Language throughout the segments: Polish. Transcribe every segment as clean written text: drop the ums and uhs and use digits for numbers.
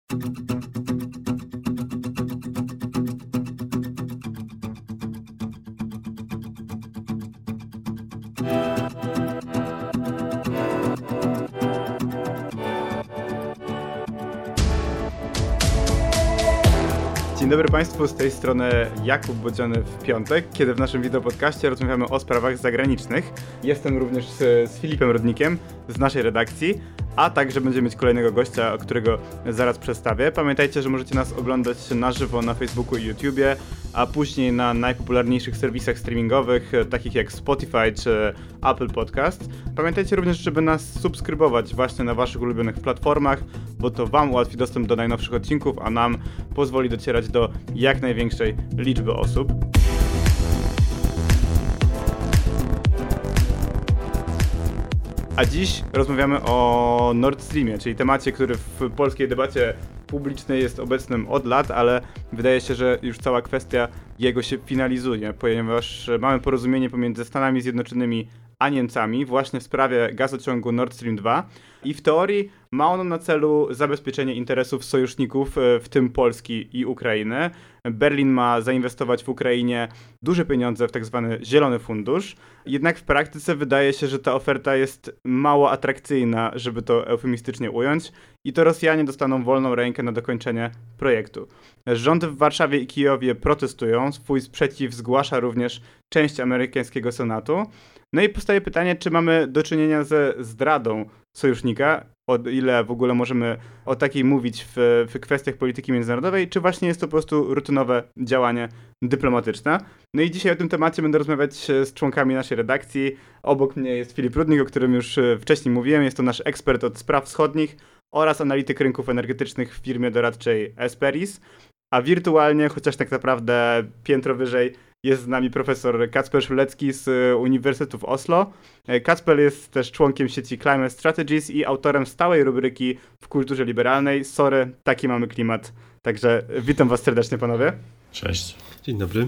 Dzień dobry Państwu, z tej strony Jakub Bodziony w piątek, kiedy w naszym wideopodcaście rozmawiamy o sprawach zagranicznych. Jestem również z Filipem Rudnikiem z naszej redakcji, a także będziemy mieć kolejnego gościa, którego zaraz przedstawię. Pamiętajcie, że możecie nas oglądać na żywo na Facebooku i YouTubie, a później na najpopularniejszych serwisach streamingowych, takich jak Spotify czy Apple Podcast. Pamiętajcie również, żeby nas subskrybować właśnie na waszych ulubionych platformach, bo to wam ułatwi dostęp do najnowszych odcinków, a nam pozwoli docierać do jak największej liczby osób. A dziś rozmawiamy o Nord Streamie, czyli temacie, który w polskiej debacie publicznej jest obecnym od lat, ale wydaje się, że już cała kwestia jego się finalizuje, ponieważ mamy porozumienie pomiędzy Stanami Zjednoczonymi a Niemcami właśnie w sprawie gazociągu Nord Stream 2 i w teorii ma ono na celu zabezpieczenie interesów sojuszników, w tym Polski i Ukrainy. Berlin ma zainwestować w Ukrainie duże pieniądze w tak zwany zielony fundusz, jednak w praktyce wydaje się, że ta oferta jest mało atrakcyjna, żeby to eufemistycznie ująć, i to Rosjanie dostaną wolną rękę na dokończenie projektu. Rządy w Warszawie i Kijowie protestują, swój sprzeciw zgłasza również część amerykańskiego Senatu. No i powstaje pytanie, czy mamy do czynienia ze zdradą sojusznika, o ile w ogóle możemy o takiej mówić w kwestiach polityki międzynarodowej, czy właśnie jest to po prostu rutynowe działanie dyplomatyczne. No i dzisiaj o tym temacie będę rozmawiać z członkami naszej redakcji. Obok mnie jest Filip Rudnik, o którym już wcześniej mówiłem, jest to nasz ekspert od spraw wschodnich oraz analityk rynków energetycznych w firmie doradczej Esperis, a wirtualnie, chociaż tak naprawdę piętro wyżej, jest z nami profesor Kacper Szulecki z Uniwersytetu w Oslo. Kacper jest też członkiem sieci Climate Strategies i autorem stałej rubryki w kulturze liberalnej. Sorry, taki mamy klimat. Także witam was serdecznie, panowie. Cześć. Dzień dobry.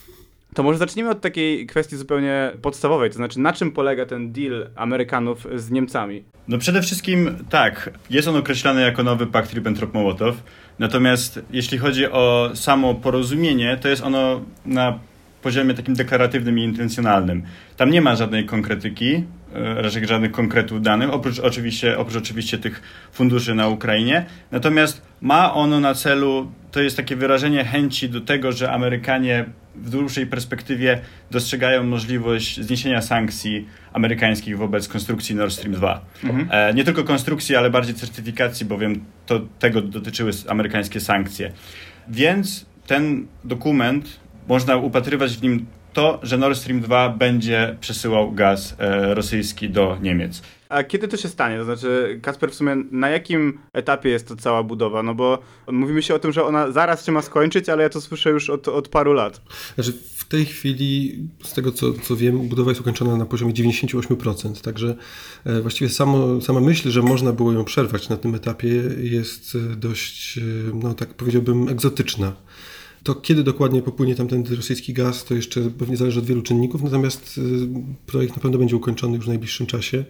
To może zacznijmy od takiej kwestii zupełnie podstawowej, to znaczy na czym polega ten deal Amerykanów z Niemcami? No przede wszystkim tak, jest on określany jako nowy pakt Ribbentrop-Mołotow, natomiast jeśli chodzi o samo porozumienie, to jest ono na poziomie takim deklaratywnym i intencjonalnym. Tam nie ma żadnej konkretyki, raczej żadnych konkretów danych, oprócz oczywiście tych funduszy na Ukrainie. Natomiast ma ono na celu, to jest takie wyrażenie chęci do tego, że Amerykanie w dłuższej perspektywie dostrzegają możliwość zniesienia sankcji amerykańskich wobec konstrukcji Nord Stream 2. Nie tylko konstrukcji, ale bardziej certyfikacji, bowiem tego dotyczyły amerykańskie sankcje. Więc ten dokument, można upatrywać w nim to, że Nord Stream 2 będzie przesyłał gaz rosyjski do Niemiec. A kiedy to się stanie? To znaczy, Kacper, w sumie na jakim etapie jest to cała budowa? No bo mówimy się o tym, że ona zaraz się ma skończyć, ale ja to słyszę już od paru lat. Znaczy w tej chwili, z tego co wiem, budowa jest ukończona na poziomie 98%, także właściwie sama myśl, że można było ją przerwać na tym etapie, jest dość, no tak powiedziałbym, egzotyczna. To kiedy dokładnie popłynie tamten rosyjski gaz, to jeszcze pewnie zależy od wielu czynników, natomiast projekt na pewno będzie ukończony już w najbliższym czasie.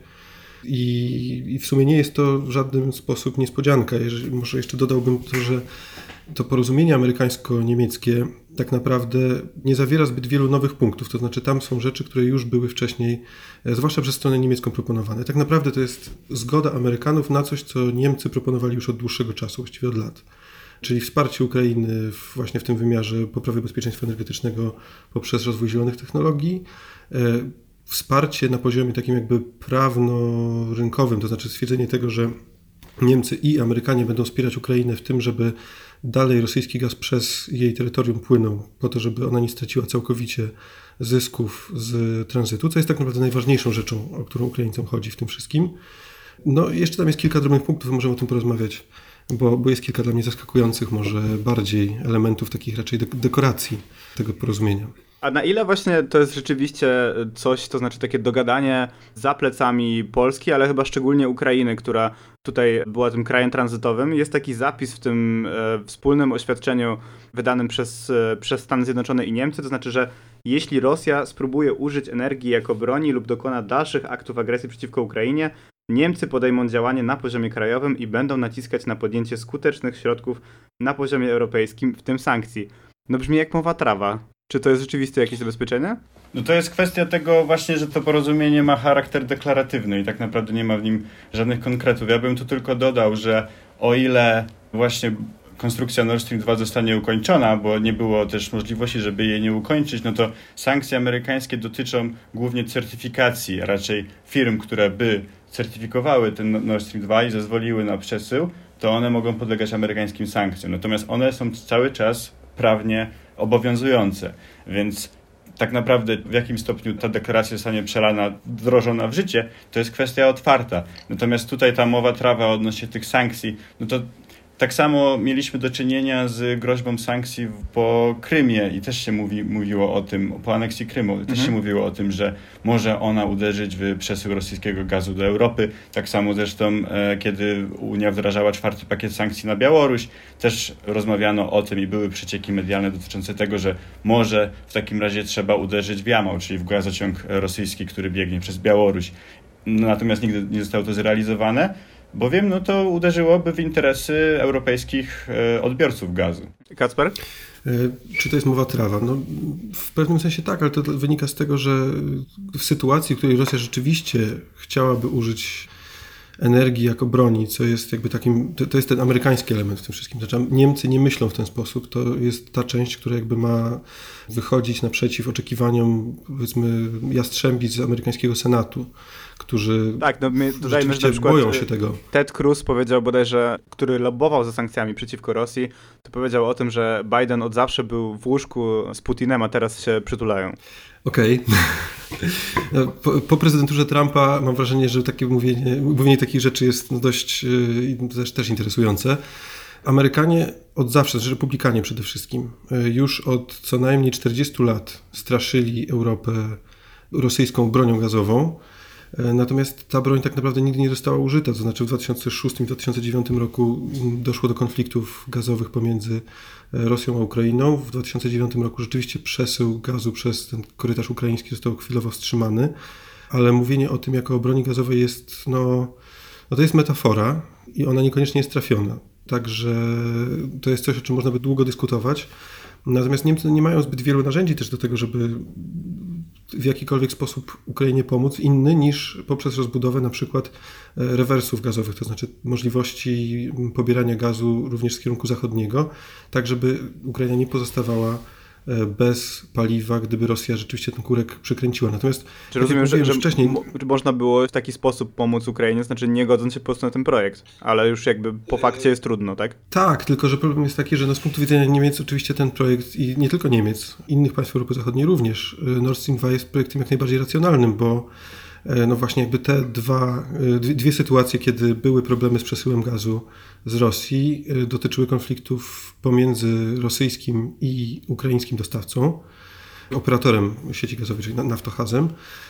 I w sumie nie jest to w żaden sposób niespodzianka. Może jeszcze dodałbym to, że to porozumienie amerykańsko-niemieckie tak naprawdę nie zawiera zbyt wielu nowych punktów. To znaczy tam są rzeczy, które już były wcześniej, zwłaszcza przez stronę niemiecką, proponowane. Tak naprawdę to jest zgoda Amerykanów na coś, co Niemcy proponowali już od dłuższego czasu, właściwie od lat. Czyli wsparcie Ukrainy właśnie w tym wymiarze poprawy bezpieczeństwa energetycznego poprzez rozwój zielonych technologii, wsparcie na poziomie takim jakby prawno-rynkowym, to znaczy stwierdzenie tego, że Niemcy i Amerykanie będą wspierać Ukrainę w tym, żeby dalej rosyjski gaz przez jej terytorium płynął, po to, żeby ona nie straciła całkowicie zysków z tranzytu, co jest tak naprawdę najważniejszą rzeczą, o którą Ukraińcom chodzi w tym wszystkim. No i jeszcze tam jest kilka drobnych punktów, możemy o tym porozmawiać, bo jest kilka dla mnie zaskakujących może bardziej elementów takich raczej dekoracji tego porozumienia. A na ile właśnie to jest rzeczywiście coś, to znaczy takie dogadanie za plecami Polski, ale chyba szczególnie Ukrainy, która tutaj była tym krajem tranzytowym. Jest taki zapis w tym wspólnym oświadczeniu wydanym przez Stany Zjednoczone i Niemcy, to znaczy, że jeśli Rosja spróbuje użyć energii jako broni lub dokona dalszych aktów agresji przeciwko Ukrainie, Niemcy podejmą działanie na poziomie krajowym i będą naciskać na podjęcie skutecznych środków na poziomie europejskim, w tym sankcji. No brzmi jak mowa trawa. Czy to jest rzeczywiście jakieś zabezpieczenie? No to jest kwestia tego właśnie, że to porozumienie ma charakter deklaratywny i tak naprawdę nie ma w nim żadnych konkretów. Ja bym tu tylko dodał, że o ile właśnie konstrukcja Nord Stream 2 zostanie ukończona, bo nie było też możliwości, żeby jej nie ukończyć, no to sankcje amerykańskie dotyczą głównie certyfikacji, a raczej firm, które by certyfikowały ten Nord Stream 2 i zezwoliły na przesył, to one mogą podlegać amerykańskim sankcjom. Natomiast one są cały czas prawnie obowiązujące, więc tak naprawdę w jakim stopniu ta deklaracja zostanie przelana, wdrożona w życie, to jest kwestia otwarta. Natomiast tutaj ta mowa trawa odnośnie tych sankcji, no to tak samo mieliśmy do czynienia z groźbą sankcji po Krymie i też się mówiło o tym, po aneksji Krymu, też się mówiło o tym, że może ona uderzyć w przesył rosyjskiego gazu do Europy. Tak samo zresztą, kiedy Unia wdrażała 4. pakiet sankcji na Białoruś, też rozmawiano o tym i były przecieki medialne dotyczące tego, że może w takim razie trzeba uderzyć w Jamał, czyli w gazociąg rosyjski, który biegnie przez Białoruś. Natomiast nigdy nie zostało to zrealizowane, bowiem no to uderzyłoby w interesy europejskich odbiorców gazu. Kacper? Czy to jest mowa trawa? No, w pewnym sensie tak, ale to wynika z tego, że w sytuacji, w której Rosja rzeczywiście chciałaby użyć energii jako broni, co jest jakby takim, to jest ten amerykański element w tym wszystkim. Znaczy, Niemcy nie myślą w ten sposób. To jest ta część, która jakby ma wychodzić naprzeciw oczekiwaniom, powiedzmy, jastrzębic z amerykańskiego Senatu, którzy tak, no my dodajmy, że na przykład boją się tego. Ted Cruz powiedział bodajże, który lobbował za sankcjami przeciwko Rosji, to powiedział o tym, że Biden od zawsze był w łóżku z Putinem, a teraz się przytulają. Okej. No, po prezydenturze Trumpa mam wrażenie, że takie mówienie takich rzeczy jest dość też interesujące. Amerykanie od zawsze, znaczy republikanie przede wszystkim, już od co najmniej 40 lat straszyli Europę rosyjską bronią gazową. Natomiast ta broń tak naprawdę nigdy nie została użyta, to znaczy w 2006 i 2009 roku doszło do konfliktów gazowych pomiędzy Rosją a Ukrainą. W 2009 roku rzeczywiście przesył gazu przez ten korytarz ukraiński został chwilowo wstrzymany, ale mówienie o tym jako o broni gazowej jest, no to jest metafora i ona niekoniecznie jest trafiona. Także to jest coś, o czym można by długo dyskutować. Natomiast Niemcy nie mają zbyt wielu narzędzi też do tego, żeby w jakikolwiek sposób Ukrainie pomóc, inny niż poprzez rozbudowę na przykład rewersów gazowych, to znaczy możliwości pobierania gazu również z kierunku zachodniego, tak żeby Ukraina nie pozostawała bez paliwa, gdyby Rosja rzeczywiście ten kurek przekręciła. Natomiast czy rozumiem, że wcześniej można było w taki sposób pomóc Ukrainie, znaczy nie godząc się po prostu na ten projekt, ale już jakby po fakcie jest trudno, tak? Tak, tylko że problem jest taki, że no z punktu widzenia Niemiec oczywiście ten projekt i nie tylko Niemiec, innych państw Europy Zachodniej również, Nord Stream 2 jest projektem jak najbardziej racjonalnym, bo no właśnie jakby te dwie sytuacje, kiedy były problemy z przesyłem gazu z Rosji, dotyczyły konfliktów pomiędzy rosyjskim i ukraińskim dostawcą, operatorem sieci gazowej, czyli Naftogazem.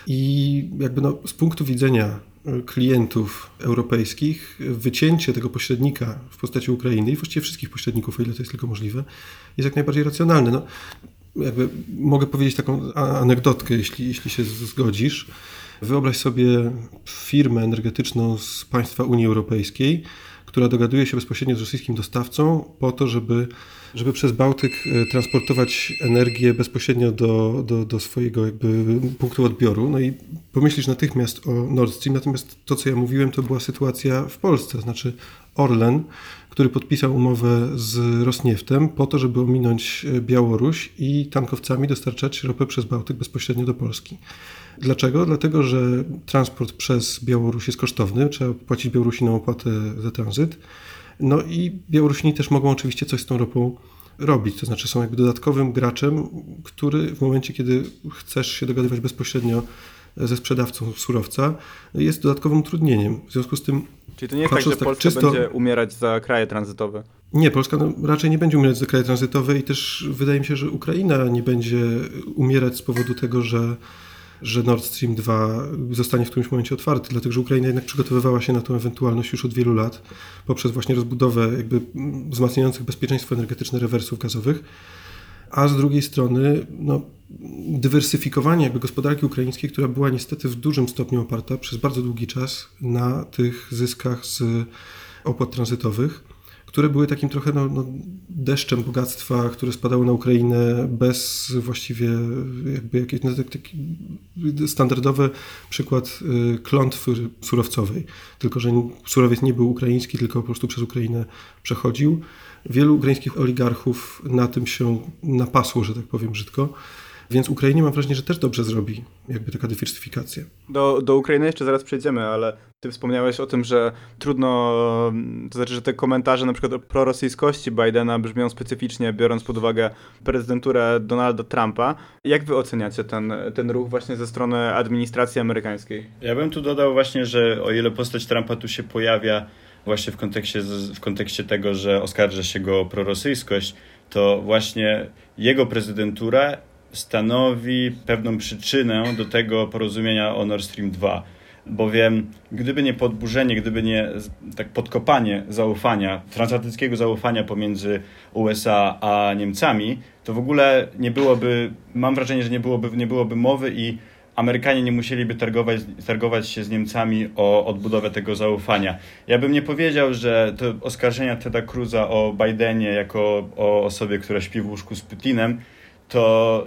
I jakby no, z punktu widzenia klientów europejskich wycięcie tego pośrednika w postaci Ukrainy i właściwie wszystkich pośredników, o ile to jest tylko możliwe, jest jak najbardziej racjonalne. No, jakby mogę powiedzieć taką anegdotkę, jeśli się zgodzisz. Wyobraź sobie firmę energetyczną z państwa Unii Europejskiej, która dogaduje się bezpośrednio z rosyjskim dostawcą po to, żeby przez Bałtyk transportować energię bezpośrednio do swojego jakby punktu odbioru. No i pomyślisz natychmiast o Nord Stream, natomiast to, co ja mówiłem, to była sytuacja w Polsce, to znaczy Orlen, który podpisał umowę z Rosnieftem po to, żeby ominąć Białoruś i tankowcami dostarczać ropę przez Bałtyk bezpośrednio do Polski. Dlaczego? Dlatego, że transport przez Białoruś jest kosztowny, trzeba płacić Białorusinom opłatę za tranzyt. No i Białorusini też mogą oczywiście coś z tą ropą robić, to znaczy są jakby dodatkowym graczem, który w momencie, kiedy chcesz się dogadywać bezpośrednio ze sprzedawcą surowca, jest dodatkowym utrudnieniem. W związku z tym... Czyli to nie jest tak, że Polska będzie umierać za kraje tranzytowe? Nie, Polska raczej nie będzie umierać za kraje tranzytowe i też wydaje mi się, że Ukraina nie będzie umierać z powodu tego, że Nord Stream 2 zostanie w którymś momencie otwarty, dlatego że Ukraina jednak przygotowywała się na tę ewentualność już od wielu lat poprzez właśnie rozbudowę jakby wzmacniających bezpieczeństwo energetyczne rewersów gazowych. a z drugiej strony dywersyfikowanie jakby gospodarki ukraińskiej, która była niestety w dużym stopniu oparta przez bardzo długi czas na tych zyskach z opłat tranzytowych, które były takim trochę deszczem bogactwa, które spadało na Ukrainę bez właściwie jakby jakiś taki standardowy przykład klątwy surowcowej. Tylko że surowiec nie był ukraiński, tylko po prostu przez Ukrainę przechodził. Wielu ukraińskich oligarchów na tym się napasło, że tak powiem brzydko. Więc Ukrainie mam wrażenie, że też dobrze zrobi jakby taka dywersyfikacja. Do Ukrainy jeszcze zaraz przejdziemy, ale ty wspomniałeś o tym, że trudno, to znaczy, że te komentarze na przykład o prorosyjskości Bidena brzmią specyficznie, biorąc pod uwagę prezydenturę Donalda Trumpa. Jak wy oceniacie ten ruch właśnie ze strony administracji amerykańskiej? Ja bym tu dodał właśnie, że o ile postać Trumpa tu się pojawia właśnie w kontekście tego, że oskarża się go o prorosyjskość, to właśnie jego prezydentura stanowi pewną przyczynę do tego porozumienia o Nord Stream 2. Bowiem gdyby nie podburzenie, gdyby nie tak podkopanie zaufania, transatlantyckiego zaufania pomiędzy USA a Niemcami, to w ogóle nie byłoby, mam wrażenie, że nie byłoby mowy i Amerykanie nie musieliby targować się z Niemcami o odbudowę tego zaufania. Ja bym nie powiedział, że te oskarżenia Teda Cruza o Bidenie jako o osobie, która śpi w łóżku z Putinem, to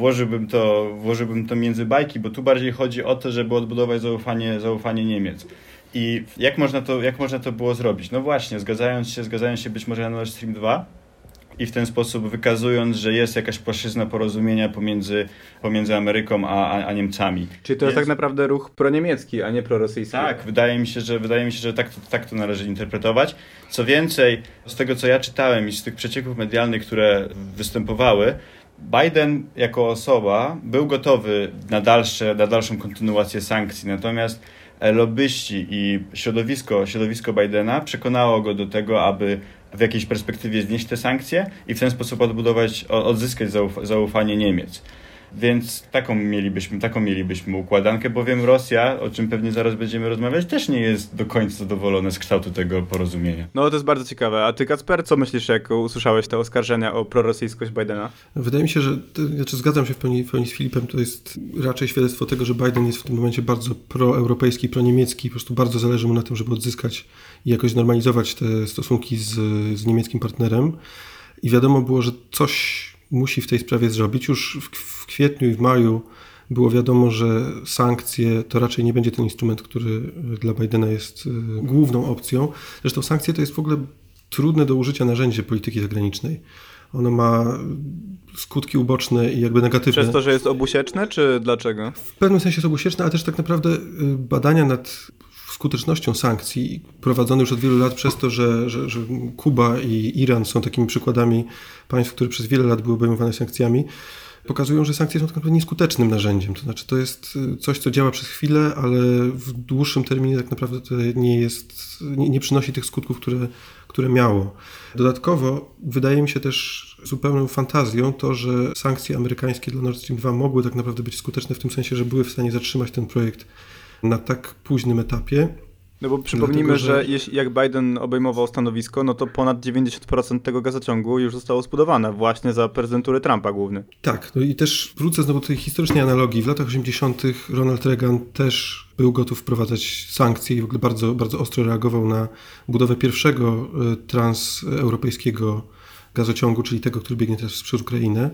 włożyłbym to między bajki, bo tu bardziej chodzi o to, żeby odbudować zaufanie Niemiec. I jak można to było zrobić? No właśnie, zgadzając się być może na Nord Stream 2 i w ten sposób wykazując, że jest jakaś płaszczyzna porozumienia pomiędzy Ameryką a Niemcami. Czyli to jest tak naprawdę ruch proniemiecki, a nie prorosyjski. Tak, wydaje mi się, że tak to należy interpretować. Co więcej, z tego co ja czytałem i z tych przecieków medialnych, które występowały, Biden jako osoba był gotowy na dalszą kontynuację sankcji, natomiast lobbyści i środowisko Bidena przekonało go do tego, aby w jakiejś perspektywie znieść te sankcje i w ten sposób odzyskać zaufanie Niemiec. Więc taką mielibyśmy układankę, bowiem Rosja, o czym pewnie zaraz będziemy rozmawiać, też nie jest do końca zadowolona z kształtu tego porozumienia. No to jest bardzo ciekawe. A ty, Kacper, co myślisz, jak usłyszałeś te oskarżenia o prorosyjskość Bidena? Wydaje mi się, że zgadzam się w pełni z Filipem, to jest raczej świadectwo tego, że Biden jest w tym momencie bardzo proeuropejski, proniemiecki, po prostu bardzo zależy mu na tym, żeby odzyskać i jakoś znormalizować te stosunki z niemieckim partnerem. I wiadomo było, że coś musi w tej sprawie zrobić. Już w kwietniu i w maju było wiadomo, że sankcje to raczej nie będzie ten instrument, który dla Bidena jest główną opcją. Zresztą sankcje to jest w ogóle trudne do użycia narzędzie polityki zagranicznej. Ono ma skutki uboczne i jakby negatywne. Przez to, że jest obusieczne, czy dlaczego? W pewnym sensie jest obusieczne, ale też tak naprawdę badania nad skutecznością sankcji prowadzone już od wielu lat przez to, że Kuba i Iran są takimi przykładami państw, które przez wiele lat były obejmowane sankcjami, pokazują, że sankcje są tak naprawdę nieskutecznym narzędziem. To znaczy to jest coś, co działa przez chwilę, ale w dłuższym terminie tak naprawdę to nie przynosi tych skutków, które miało. Dodatkowo wydaje mi się też zupełną fantazją to, że sankcje amerykańskie dla Nord Stream 2 mogły tak naprawdę być skuteczne w tym sensie, że były w stanie zatrzymać ten projekt na tak późnym etapie. No bo przypomnijmy, że jak Biden obejmował stanowisko, no to ponad 90% tego gazociągu już zostało zbudowane właśnie za prezydentury Trumpa głównie. Tak, no i też wrócę znowu do tej historycznej analogii. W latach 80. Ronald Reagan też był gotów wprowadzać sankcje i w ogóle bardzo, bardzo ostro reagował na budowę pierwszego transeuropejskiego gazociągu, czyli tego, który biegnie teraz przez Ukrainę.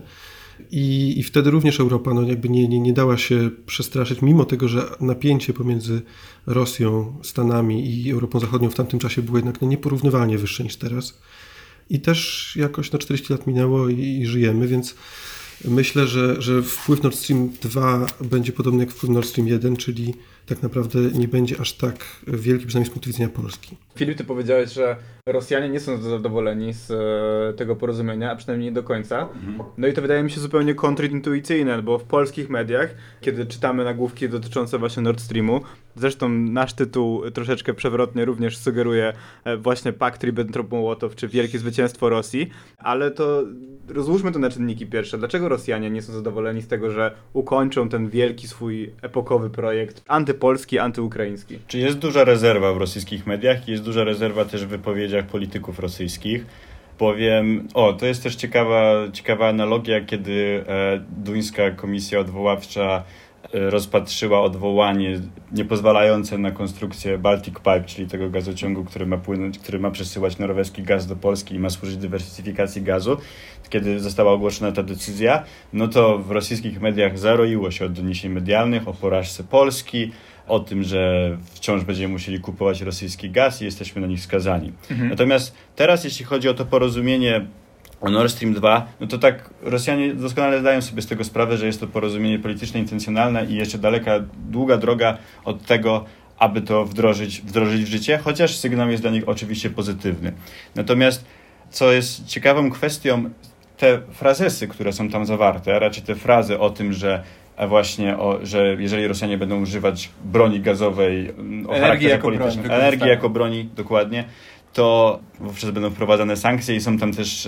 I wtedy również Europa jakby nie dała się przestraszyć, mimo tego, że napięcie pomiędzy Rosją, Stanami i Europą Zachodnią w tamtym czasie było jednak nieporównywalnie wyższe niż teraz. I też jakoś 40 lat minęło i żyjemy, więc myślę, że wpływ Nord Stream 2 będzie podobny jak wpływ Nord Stream 1, czyli tak naprawdę nie będzie aż tak wielki, przynajmniej z punktu widzenia Polski. Filip, ty powiedziałeś, że Rosjanie nie są zadowoleni z tego porozumienia, a przynajmniej nie do końca. No i to wydaje mi się zupełnie kontrintuicyjne, bo w polskich mediach, kiedy czytamy nagłówki dotyczące właśnie Nord Streamu, zresztą nasz tytuł troszeczkę przewrotnie również sugeruje właśnie pakt Ribbentrop-Mołotow, czy wielkie zwycięstwo Rosji, ale to rozłóżmy to na czynniki pierwsze. Dlaczego Rosjanie nie są zadowoleni z tego, że ukończą ten wielki swój epokowy projekt antypolski, antyukraiński? Czy jest duża rezerwa w rosyjskich mediach i jest duża rezerwa też w wypowiedziach polityków rosyjskich, powiem... to jest też ciekawa analogia, kiedy duńska komisja odwoławcza rozpatrzyła odwołanie niepozwalające na konstrukcję Baltic Pipe, czyli tego gazociągu, który ma przesyłać norweski gaz do Polski i ma służyć dywersyfikacji gazu. Kiedy została ogłoszona ta decyzja, no to w rosyjskich mediach zaroiło się od doniesień medialnych o porażce Polski, o tym, że wciąż będziemy musieli kupować rosyjski gaz i jesteśmy na nich skazani. Natomiast teraz, jeśli chodzi o to porozumienie o Nord Stream 2, no to tak Rosjanie doskonale zdają sobie z tego sprawę, że jest to porozumienie polityczne, intencjonalne i jeszcze długa droga od tego, aby to wdrożyć w życie, chociaż sygnał jest dla nich oczywiście pozytywny. Natomiast co jest ciekawą kwestią, te frazesy, które są tam zawarte, a raczej te frazy o tym, że że jeżeli Rosjanie będą używać broni gazowej o charakterze politycznym, energii jako broni, dokładnie, to wówczas będą wprowadzane sankcje i są tam też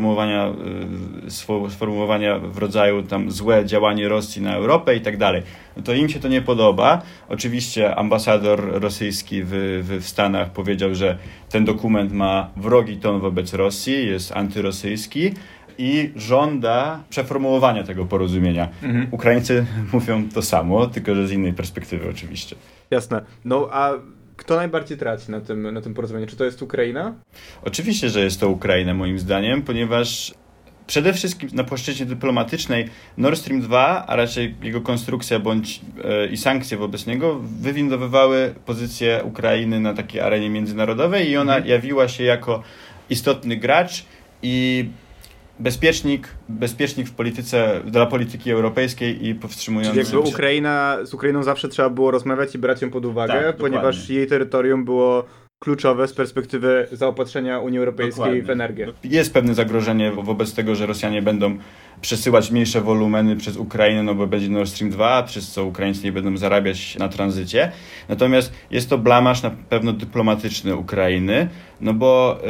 sformułowania w rodzaju tam złe działanie Rosji na Europę i tak dalej. No to im się to nie podoba. Oczywiście ambasador rosyjski w Stanach powiedział, że ten dokument ma wrogi ton wobec Rosji, jest antyrosyjski i żąda przeformułowania tego porozumienia. Ukraińcy mówią to samo, tylko że z innej perspektywy oczywiście. Jasne. No a kto najbardziej traci na tym porozumieniu? Czy to jest Ukraina? Oczywiście, że jest to Ukraina moim zdaniem, ponieważ przede wszystkim na płaszczyźnie dyplomatycznej Nord Stream 2, a raczej jego konstrukcja i sankcje wobec niego wywindowywały pozycję Ukrainy na takiej arenie międzynarodowej i ona jawiła się jako istotny gracz i bezpiecznik w polityce, dla polityki europejskiej i powstrzymujący... Czyli jakby z Ukrainą zawsze trzeba było rozmawiać i brać ją pod uwagę, tak, ponieważ dokładnie. jej terytorium było kluczowe z perspektywy zaopatrzenia Unii Europejskiej Dokładnie. w energię. Jest pewne zagrożenie wobec tego, że Rosjanie będą przesyłać mniejsze wolumeny przez Ukrainę, no bo będzie Nord Stream 2, przez co Ukraińcy nie będą zarabiać na tranzycie. Natomiast jest to blamaż na pewno dyplomatyczny Ukrainy, no bo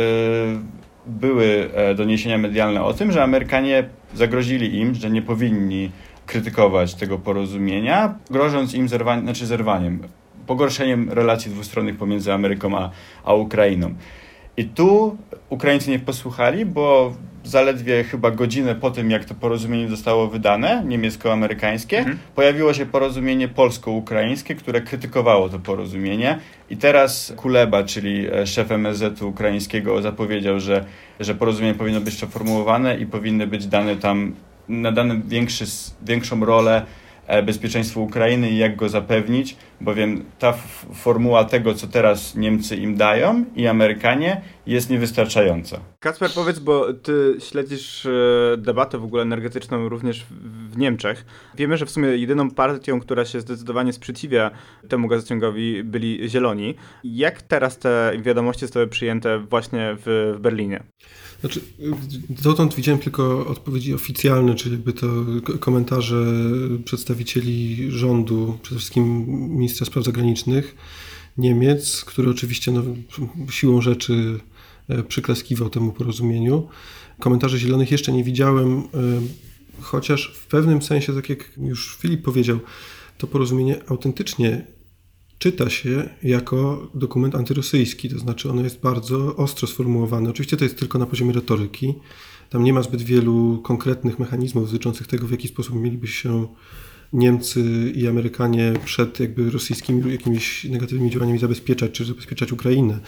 były doniesienia medialne o tym, że Amerykanie zagrozili im, że nie powinni krytykować tego porozumienia, grożąc im zerwaniem, pogorszeniem relacji dwustronnych pomiędzy Ameryką a Ukrainą. I tu Ukraińcy nie posłuchali, bo zaledwie chyba godzinę po tym, jak to porozumienie zostało wydane, niemiecko-amerykańskie, pojawiło się porozumienie polsko-ukraińskie, które krytykowało to porozumienie. I teraz Kuleba, czyli szef MSZ-u ukraińskiego, zapowiedział, że porozumienie powinno być przeformułowane i powinny być nadane większą rolę bezpieczeństwu Ukrainy i jak go zapewnić, bowiem ta formuła tego, co teraz Niemcy im dają i Amerykanie, jest niewystarczająca. Kacper, powiedz, bo ty śledzisz debatę w ogóle energetyczną również w Niemczech. Wiemy, że w sumie jedyną partią, która się zdecydowanie sprzeciwia temu gazociągowi, byli Zieloni. Jak teraz te wiadomości zostały przyjęte właśnie w Berlinie? Znaczy, dotąd widziałem tylko odpowiedzi oficjalne, czyli jakby to komentarze przedstawicieli rządu, przede wszystkim ministra spraw zagranicznych Niemiec, który oczywiście siłą rzeczy przyklaskiwał temu porozumieniu. Komentarzy Zielonych jeszcze nie widziałem, chociaż w pewnym sensie, tak jak już Filip powiedział, to porozumienie autentycznie czyta się jako dokument antyrosyjski, to znaczy ono jest bardzo ostro sformułowane. Oczywiście to jest tylko na poziomie retoryki. Tam nie ma zbyt wielu konkretnych mechanizmów dotyczących tego, w jaki sposób mieliby się Niemcy i Amerykanie przed jakby rosyjskimi jakimiś negatywnymi działaniami zabezpieczać, czy zabezpieczać Ukrainę.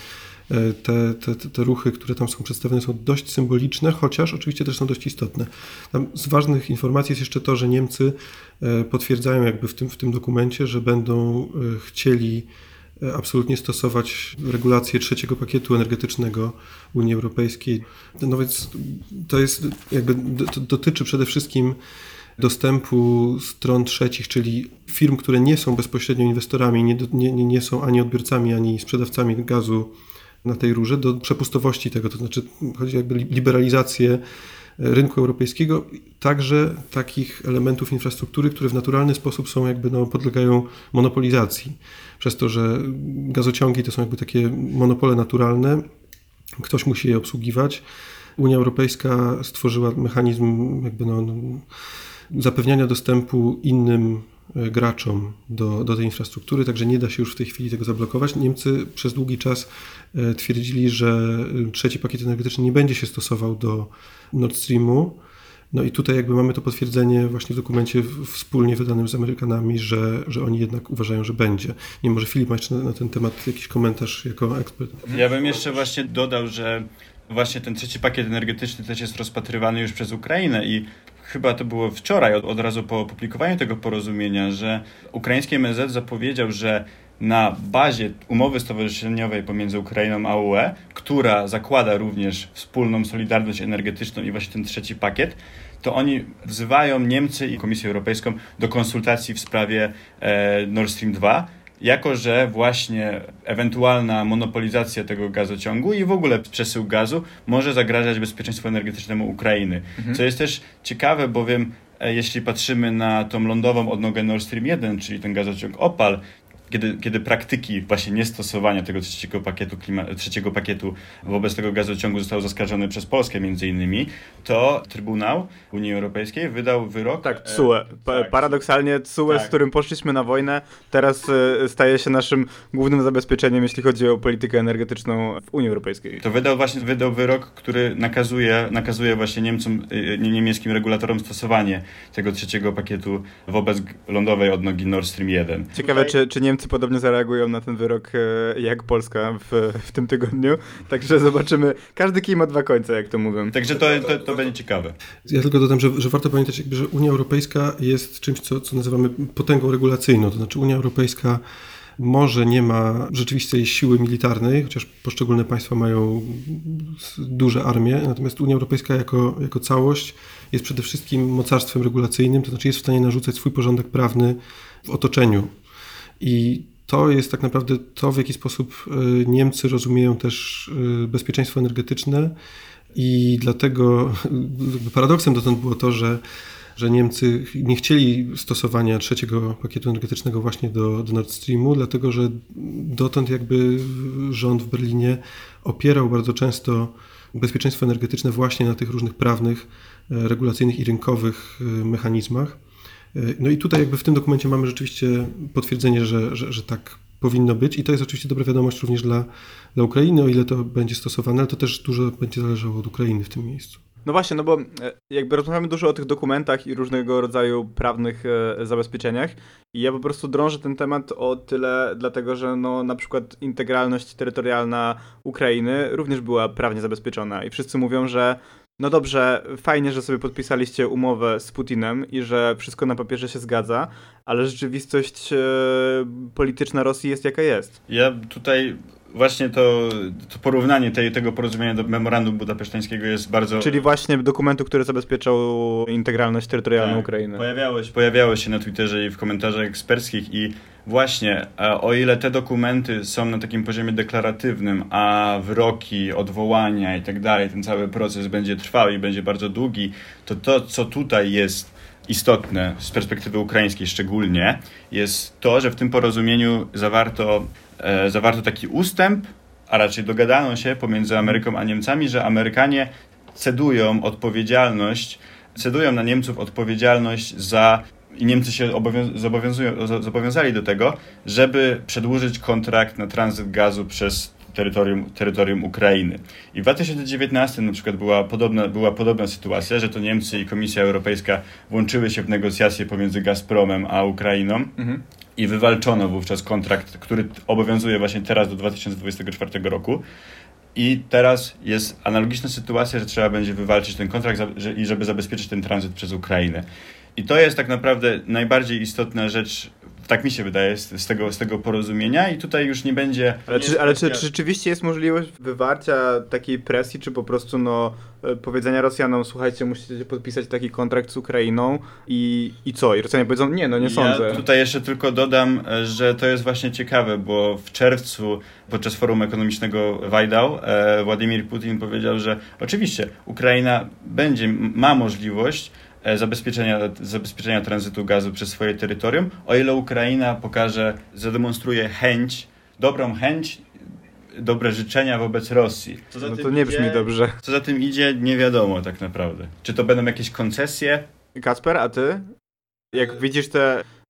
Te ruchy, które tam są przedstawione, są dość symboliczne, chociaż oczywiście też są dość istotne. Tam z ważnych informacji jest jeszcze to, że Niemcy potwierdzają jakby w tym dokumencie, że będą chcieli absolutnie stosować regulacje trzeciego pakietu energetycznego Unii Europejskiej. No więc to jest jakby dotyczy przede wszystkim dostępu stron trzecich, czyli firm, które nie są bezpośrednio inwestorami, nie są ani odbiorcami, ani sprzedawcami gazu na tej rurze, do przepustowości tego, to znaczy chodzi jakby liberalizację rynku europejskiego, także takich elementów infrastruktury, które w naturalny sposób są podlegają monopolizacji. Przez to, że gazociągi to są jakby takie monopole naturalne, ktoś musi je obsługiwać. Unia Europejska stworzyła mechanizm zapewniania dostępu innym graczom do tej infrastruktury, także nie da się już w tej chwili tego zablokować. Niemcy przez długi czas twierdzili, że trzeci pakiet energetyczny nie będzie się stosował do Nord Streamu. No i tutaj jakby mamy to potwierdzenie właśnie w dokumencie wspólnie wydanym z Amerykanami, że oni jednak uważają, że będzie. Nie wiem, może Filip ma jeszcze na ten temat jakiś komentarz jako ekspert. Ja bym jeszcze właśnie dodał, że właśnie ten trzeci pakiet energetyczny też jest rozpatrywany już przez Ukrainę i chyba to było wczoraj, od razu po opublikowaniu tego porozumienia, że ukraiński MSZ zapowiedział, że na bazie umowy stowarzyszeniowej pomiędzy Ukrainą a UE, która zakłada również wspólną solidarność energetyczną i właśnie ten trzeci pakiet, to oni wzywają Niemcy i Komisję Europejską do konsultacji w sprawie Nord Stream 2, jako że właśnie ewentualna monopolizacja tego gazociągu i w ogóle przesył gazu może zagrażać bezpieczeństwu energetycznemu Ukrainy. Co jest też ciekawe, bowiem jeśli patrzymy na tą lądową odnogę Nord Stream 1, czyli ten gazociąg OPAL, kiedy praktyki właśnie niestosowania tego trzeciego pakietu wobec tego gazociągu zostały zaskarżone przez Polskę między innymi, to Trybunał Unii Europejskiej wydał wyrok. Tak, TSUE. Paradoksalnie TSUE, z którym poszliśmy na wojnę, teraz staje się naszym głównym zabezpieczeniem, jeśli chodzi o politykę energetyczną w Unii Europejskiej. To wydał wyrok, który nakazuje właśnie niemieckim regulatorom stosowanie tego trzeciego pakietu wobec lądowej odnogi Nord Stream 1. Ciekawe, czy Niemcy podobnie zareagują na ten wyrok jak Polska w tym tygodniu. Także zobaczymy. Każdy kij ma dwa końce, jak to mówią. Także to będzie ciekawe. Ja tylko dodam, że warto pamiętać, jakby, że Unia Europejska jest czymś, co nazywamy potęgą regulacyjną. To znaczy Unia Europejska może nie ma rzeczywistej siły militarnej, chociaż poszczególne państwa mają duże armie, natomiast Unia Europejska jako całość jest przede wszystkim mocarstwem regulacyjnym, to znaczy jest w stanie narzucać swój porządek prawny w otoczeniu. I to jest tak naprawdę to, w jaki sposób Niemcy rozumieją też bezpieczeństwo energetyczne i dlatego paradoksem dotąd było to, że Niemcy nie chcieli stosowania trzeciego pakietu energetycznego właśnie do Nord Streamu, dlatego że dotąd jakby rząd w Berlinie opierał bardzo często bezpieczeństwo energetyczne właśnie na tych różnych prawnych, regulacyjnych i rynkowych mechanizmach. No i tutaj jakby w tym dokumencie mamy rzeczywiście potwierdzenie, że tak powinno być i to jest oczywiście dobra wiadomość również dla Ukrainy, o ile to będzie stosowane, ale to też dużo będzie zależało od Ukrainy w tym miejscu. No właśnie, no bo jakby rozmawiamy dużo o tych dokumentach i różnego rodzaju prawnych zabezpieczeniach i ja po prostu drążę ten temat o tyle, dlatego że no na przykład integralność terytorialna Ukrainy również była prawnie zabezpieczona i wszyscy mówią, że no dobrze, fajnie, że sobie podpisaliście umowę z Putinem i że wszystko na papierze się zgadza, ale rzeczywistość polityczna Rosji jest jaka jest. Ja tutaj właśnie to porównanie tego porozumienia do memorandum budapesztańskiego jest bardzo... Czyli właśnie dokumentu, który zabezpieczał integralność terytorialną Ukrainy. Pojawiało się na Twitterze i w komentarzach eksperckich i właśnie, o ile te dokumenty są na takim poziomie deklaratywnym, a wyroki, odwołania i tak dalej, ten cały proces będzie trwał i będzie bardzo długi, to co tutaj jest istotne z perspektywy ukraińskiej szczególnie, jest to, że w tym porozumieniu zawarto taki ustęp, a raczej dogadano się pomiędzy Ameryką a Niemcami, że Amerykanie cedują na Niemców odpowiedzialność i Niemcy się zobowiązali do tego, żeby przedłużyć kontrakt na tranzyt gazu przez terytorium Ukrainy. I w 2019 na przykład była podobna sytuacja, że to Niemcy i Komisja Europejska włączyły się w negocjacje pomiędzy Gazpromem a Ukrainą i wywalczono wówczas kontrakt, który obowiązuje właśnie teraz do 2024 roku. I teraz jest analogiczna sytuacja, że trzeba będzie wywalczyć ten kontrakt i żeby zabezpieczyć ten tranzyt przez Ukrainę. I to jest tak naprawdę najbardziej istotna rzecz, tak mi się wydaje, z tego porozumienia i tutaj już nie będzie... Ale czy rzeczywiście jest możliwość wywarcia takiej presji, czy po prostu powiedzenia Rosjanom, słuchajcie, musicie podpisać taki kontrakt z Ukrainą i co? I Rosjanie powiedzą, nie sądzę. Ja tutaj jeszcze tylko dodam, że to jest właśnie ciekawe, bo w czerwcu podczas forum ekonomicznego Wajdał Władimir Putin powiedział, że oczywiście Ukraina ma możliwość zabezpieczenia tranzytu gazu przez swoje terytorium, o ile Ukraina zademonstruje dobrą chęć, dobre życzenia wobec Rosji. To nie brzmi dobrze. Co za tym idzie, nie wiadomo tak naprawdę. Czy to będą jakieś koncesje? Kacper, a ty? Jak widzisz te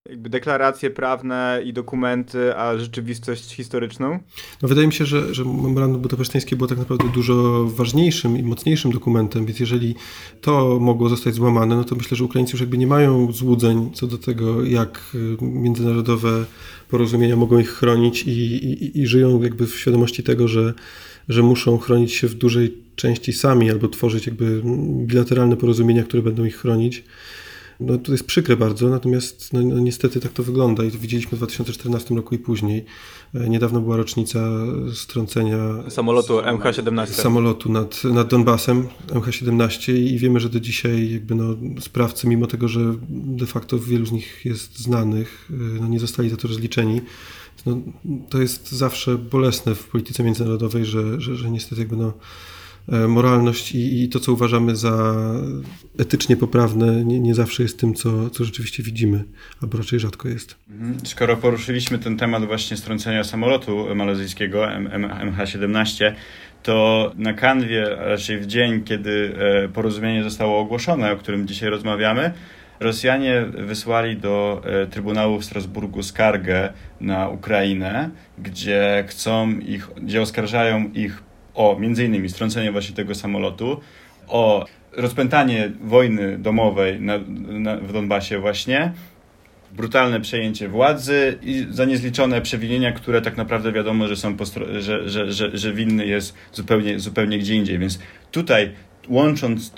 jakby deklaracje prawne i dokumenty, a rzeczywistość historyczną? No wydaje mi się, że memorandum budapeszteńskie było tak naprawdę dużo ważniejszym i mocniejszym dokumentem, więc jeżeli to mogło zostać złamane, no to myślę, że Ukraińcy już jakby nie mają złudzeń co do tego, jak międzynarodowe porozumienia mogą ich chronić i żyją jakby w świadomości tego, że muszą chronić się w dużej części sami albo tworzyć jakby bilateralne porozumienia, które będą ich chronić. No to jest przykre bardzo, natomiast no niestety tak to wygląda i to widzieliśmy w 2014 roku i później. Niedawno była rocznica strącenia Samolotu MH17. Samolotu nad Donbasem, MH17 i wiemy, że do dzisiaj jakby sprawcy, mimo tego, że de facto wielu z nich jest znanych, nie zostali za to rozliczeni. To jest zawsze bolesne w polityce międzynarodowej, że niestety jakby moralność i to, co uważamy za etycznie poprawne, nie zawsze jest tym, co rzeczywiście widzimy, albo raczej rzadko jest. Skoro poruszyliśmy ten temat właśnie strącenia samolotu malezyjskiego MH17, to na kanwie, raczej w dzień, kiedy porozumienie zostało ogłoszone, o którym dzisiaj rozmawiamy, Rosjanie wysłali do Trybunału w Strasburgu skargę na Ukrainę, gdzie oskarżają ich o między innymi strącenie właśnie tego samolotu, o rozpętanie wojny domowej w Donbasie właśnie, brutalne przejęcie władzy i za niezliczone przewinienia, które tak naprawdę wiadomo, że są że winny jest zupełnie gdzie indziej. Więc tutaj łącząc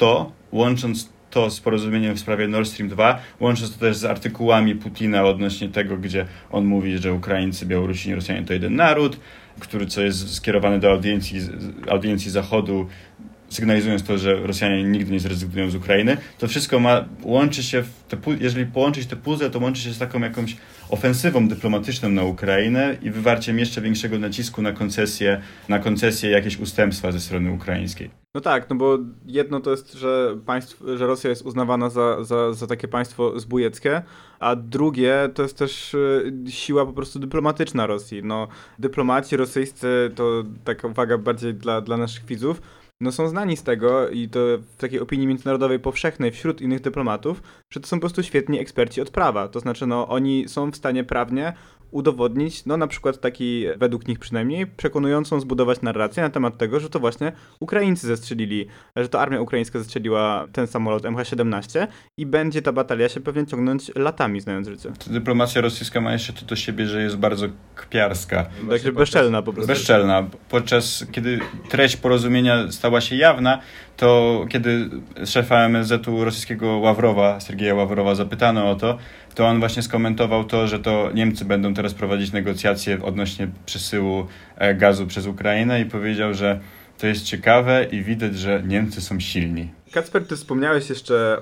to z porozumieniem w sprawie Nord Stream 2, łącząc to też z artykułami Putina odnośnie tego, gdzie on mówi, że Ukraińcy, Białorusini, Rosjanie to jeden naród, co jest skierowane do audiencji Zachodu, sygnalizując to, że Rosjanie nigdy nie zrezygnują z Ukrainy, to wszystko łączy się, jeżeli połączyć te puzzle, to łączy się z taką jakąś ofensywą dyplomatyczną na Ukrainę i wywarciem jeszcze większego nacisku na koncesję jakieś ustępstwa ze strony ukraińskiej. No tak, no bo jedno to jest, że Rosja jest uznawana za takie państwo zbójeckie, a drugie to jest też siła po prostu dyplomatyczna Rosji. No, dyplomaci rosyjscy, to taka uwaga bardziej dla naszych widzów, no są znani z tego i to w takiej opinii międzynarodowej powszechnej wśród innych dyplomatów, że to są po prostu świetni eksperci od prawa. To znaczy, oni są w stanie prawnie udowodnić, na przykład według nich przynajmniej, przekonującą zbudować narrację na temat tego, że to właśnie Ukraińcy zestrzelili, że to armia ukraińska zestrzeliła ten samolot MH17 i będzie ta batalia się pewnie ciągnąć latami, znając życie. Dyplomacja rosyjska ma jeszcze to do siebie, że jest bardzo kpiarska. Także bezczelna po prostu. Bezczelna. Podczas kiedy treść porozumienia stała się jawna, to kiedy szefa MSZ-u rosyjskiego Sergeja Ławrowa zapytano o to on właśnie skomentował to, że to Niemcy będą teraz prowadzić negocjacje odnośnie przesyłu gazu przez Ukrainę i powiedział, że to jest ciekawe i widać, że Niemcy są silni. Kacper, ty wspomniałeś jeszcze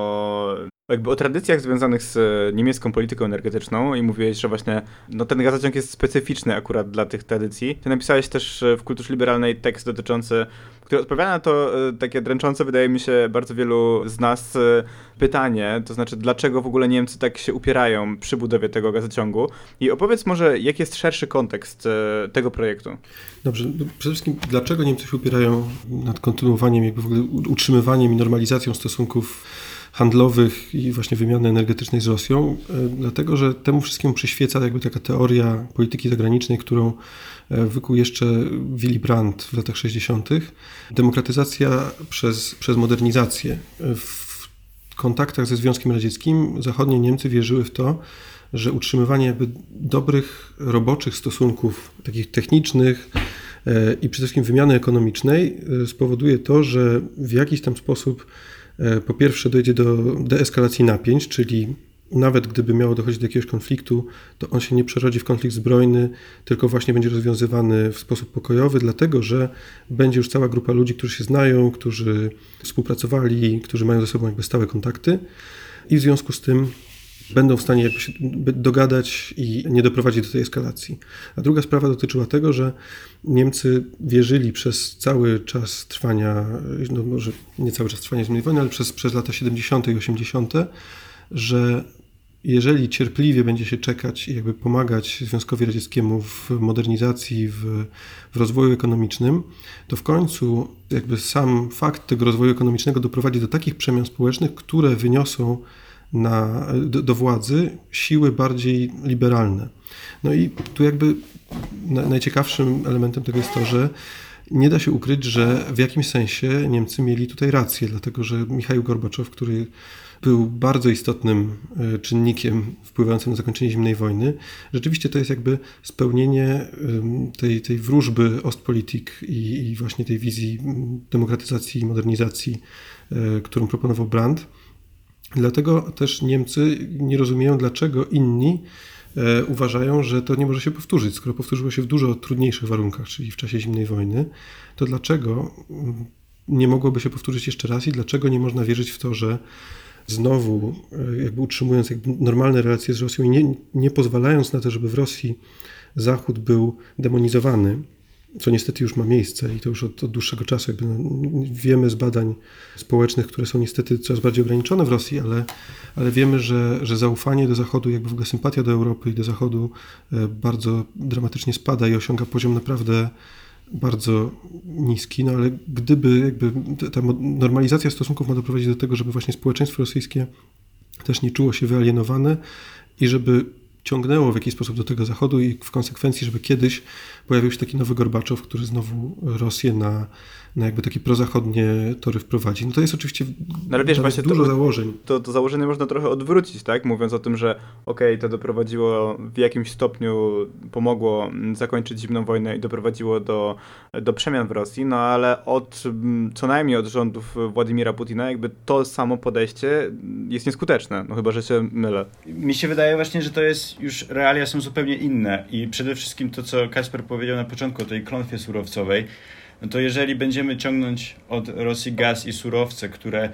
o tradycjach związanych z niemiecką polityką energetyczną i mówiłeś, że właśnie ten gazociąg jest specyficzny akurat dla tych tradycji. Ty napisałeś też w Kulturze Liberalnej tekst dotyczący, który odpowiada na to takie dręczące, wydaje mi się, bardzo wielu z nas pytanie, to znaczy dlaczego w ogóle Niemcy tak się upierają przy budowie tego gazociągu i opowiedz może, jaki jest szerszy kontekst tego projektu. Dobrze, przede wszystkim dlaczego Niemcy się upierają nad kontynuowaniem, jakby w ogóle utrzymywaniem i normalizacją stosunków handlowych i właśnie wymiany energetycznej z Rosją, dlatego że temu wszystkiemu przyświeca jakby taka teoria polityki zagranicznej, którą wykuł jeszcze Willy Brandt w latach 60. Demokratyzacja przez modernizację. W kontaktach ze Związkiem Radzieckim zachodnie Niemcy wierzyły w to, że utrzymywanie jakby dobrych, roboczych stosunków, takich technicznych i przede wszystkim wymiany ekonomicznej spowoduje to, że w jakiś tam sposób po pierwsze dojdzie do deeskalacji napięć, czyli nawet gdyby miało dochodzić do jakiegoś konfliktu, to on się nie przerodzi w konflikt zbrojny, tylko właśnie będzie rozwiązywany w sposób pokojowy, dlatego że będzie już cała grupa ludzi, którzy się znają, którzy współpracowali, którzy mają ze sobą jakby stałe kontakty i w związku z tym będą w stanie jakby się dogadać i nie doprowadzić do tej eskalacji. A druga sprawa dotyczyła tego, że Niemcy wierzyli przez cały czas trwania, może nie cały czas trwania zimnej wojny, ale przez lata 70. i 80., że jeżeli cierpliwie będzie się czekać i jakby pomagać Związkowi Radzieckiemu w modernizacji, w rozwoju ekonomicznym, to w końcu jakby sam fakt tego rozwoju ekonomicznego doprowadzi do takich przemian społecznych, które wyniosą do władzy siły bardziej liberalne. No i tu jakby najciekawszym elementem tego jest to, że nie da się ukryć, że w jakimś sensie Niemcy mieli tutaj rację, dlatego że Michaił Gorbaczow, który był bardzo istotnym czynnikiem wpływającym na zakończenie zimnej wojny, rzeczywiście to jest jakby spełnienie tej wróżby Ostpolitik i właśnie tej wizji demokratyzacji i modernizacji, którą proponował Brandt. Dlatego też Niemcy nie rozumieją, dlaczego inni uważają, że to nie może się powtórzyć. Skoro powtórzyło się w dużo trudniejszych warunkach, czyli w czasie zimnej wojny, to dlaczego nie mogłoby się powtórzyć jeszcze raz i dlaczego nie można wierzyć w to, że znowu jakby utrzymując jakby normalne relacje z Rosją i nie pozwalając na to, żeby w Rosji Zachód był demonizowany, co niestety już ma miejsce i to już od dłuższego czasu. Jakby wiemy z badań społecznych, które są niestety coraz bardziej ograniczone w Rosji, ale wiemy, że zaufanie do Zachodu, jakby w ogóle sympatia do Europy i do Zachodu bardzo dramatycznie spada i osiąga poziom naprawdę bardzo niski, no ale gdyby jakby ta normalizacja stosunków ma doprowadzić do tego, żeby właśnie społeczeństwo rosyjskie też nie czuło się wyalienowane i żeby ciągnęło w jakiś sposób do tego Zachodu i w konsekwencji, żeby kiedyś pojawił się taki nowy Gorbaczow, który znowu Rosję na jakby takie prozachodnie tory wprowadzi. No to jest oczywiście ale wiesz, właśnie dużo założeń. To założenie można trochę odwrócić, tak? Mówiąc o tym, że to doprowadziło w jakimś stopniu, pomogło zakończyć zimną wojnę i doprowadziło do przemian w Rosji, no ale co najmniej od rządów Władimira Putina jakby to samo podejście jest nieskuteczne, no chyba, że się mylę. Mi się wydaje właśnie, że to jest już realia są zupełnie inne i przede wszystkim to, co Kasper powiedział na początku o tej klątwie surowcowej, no to jeżeli będziemy ciągnąć od Rosji gaz i surowce,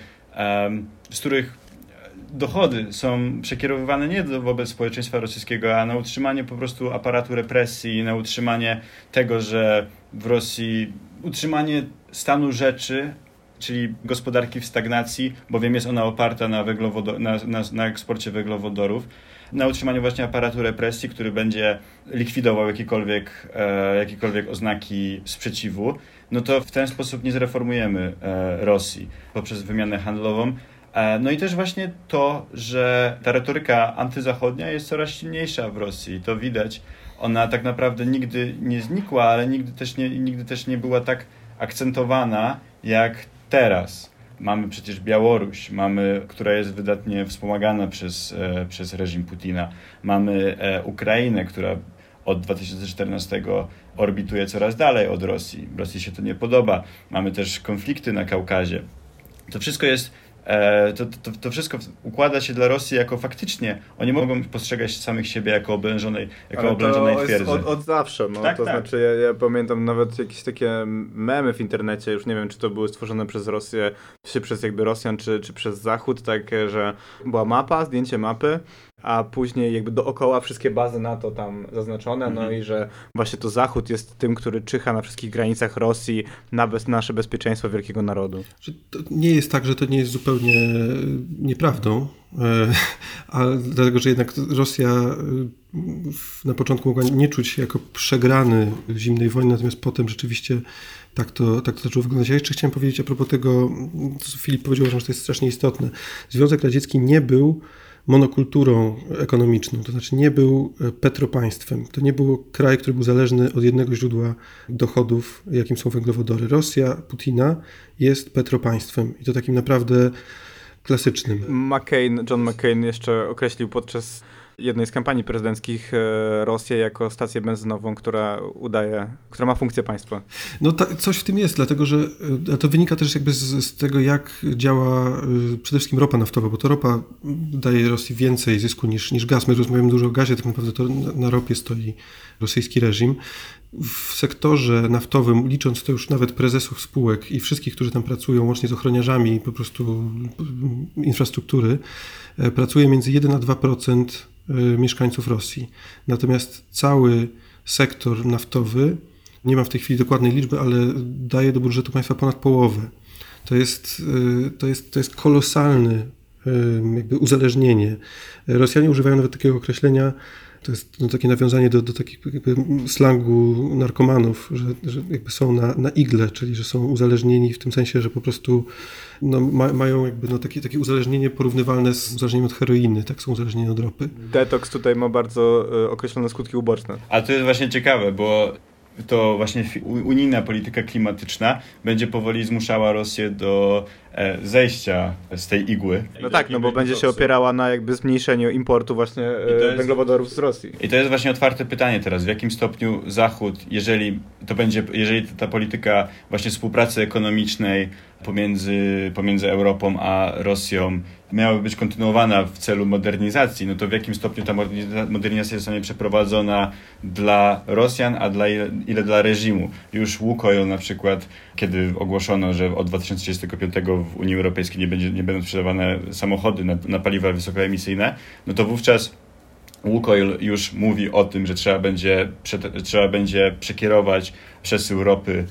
z których dochody są przekierowywane nie wobec społeczeństwa rosyjskiego, a na utrzymanie po prostu aparatu represji, na utrzymanie tego, że w Rosji utrzymanie stanu rzeczy, czyli gospodarki w stagnacji, bowiem jest ona oparta na eksporcie węglowodorów, na utrzymaniu właśnie aparatu represji, który będzie likwidował jakiekolwiek oznaki sprzeciwu, no to w ten sposób nie zreformujemy Rosji poprzez wymianę handlową. No i też właśnie to, że ta retoryka antyzachodnia jest coraz silniejsza w Rosji. To widać. Ona tak naprawdę nigdy nie znikła, ale nigdy też nie była tak akcentowana jak teraz. Mamy przecież Białoruś, która jest wydatnie wspomagana przez reżim Putina. Mamy Ukrainę, która od 2014 orbituje coraz dalej od Rosji. Rosji się to nie podoba. Mamy też konflikty na Kaukazie. To wszystko jest to wszystko układa się dla Rosji jako faktycznie oni mogą postrzegać samych siebie jako oblężonej twierdzy. Od zawsze, no. Tak, to tak. znaczy ja pamiętam nawet jakieś takie memy w internecie, już nie wiem, czy to były stworzone przez Rosję, czy przez jakby Rosjan, czy przez Zachód, takie, że była mapa, zdjęcie mapy, a później jakby dookoła wszystkie bazy NATO tam zaznaczone, no i że właśnie to Zachód jest tym, który czyha na wszystkich granicach Rosji na nasze bezpieczeństwo wielkiego narodu. To nie jest tak, że to nie jest zupełnie nieprawdą, dlatego, że jednak Rosja na początku mogła nie czuć się jako przegrany zimnej wojny, natomiast potem rzeczywiście tak to zaczęło wyglądać. Ja jeszcze chciałem powiedzieć a propos tego, co Filip powiedział, że to jest strasznie istotne. Związek Radziecki nie był monokulturą ekonomiczną, to znaczy nie był petropaństwem. To nie był kraj, który był zależny od jednego źródła dochodów, jakim są węglowodory. Rosja Putina jest petropaństwem i to takim naprawdę klasycznym. John McCain jeszcze określił podczas jednej z kampanii prezydenckich Rosję jako stację benzynową, która ma funkcję państwa. No coś w tym jest, dlatego że to wynika też jakby z tego, jak działa przede wszystkim ropa naftowa, bo to ropa daje Rosji więcej zysku niż gaz. My rozmawiamy dużo o gazie, tak naprawdę to na ropie stoi rosyjski reżim. W sektorze naftowym, licząc to już nawet prezesów spółek i wszystkich, którzy tam pracują, łącznie z ochroniarzami po prostu infrastruktury, pracuje między 1 a 2% mieszkańców Rosji. Natomiast cały sektor naftowy, nie mam w tej chwili dokładnej liczby, ale daje do budżetu państwa ponad połowę. To jest kolosalne jakby uzależnienie. Rosjanie używają nawet takiego określenia To jest takie nawiązanie do takich jakby slangu narkomanów, że jakby są na igle, czyli że są uzależnieni w tym sensie, że po prostu mają jakby takie uzależnienie porównywalne z uzależnieniem od heroiny, tak są uzależnieni od ropy. Detoks tutaj ma bardzo określone skutki uboczne. A to jest właśnie ciekawe, bo to właśnie unijna polityka klimatyczna będzie powoli zmuszała Rosję do zejścia z tej igły. No tak, no bo będzie się opierała na jakby zmniejszeniu importu właśnie węglowodorów z Rosji. I to jest właśnie otwarte pytanie teraz, w jakim stopniu Zachód, jeżeli ta polityka właśnie współpracy ekonomicznej pomiędzy Europą a Rosją miałaby być kontynuowana w celu modernizacji, no to w jakim stopniu ta modernizacja zostanie przeprowadzona dla Rosjan, a ile dla reżimu. Już Łukoil na przykład, kiedy ogłoszono, że od 2035 w Unii Europejskiej nie będą sprzedawane samochody na paliwa wysokoemisyjne, no to wówczas Łukoil już mówi o tym, że trzeba będzie przekierować przesył ropy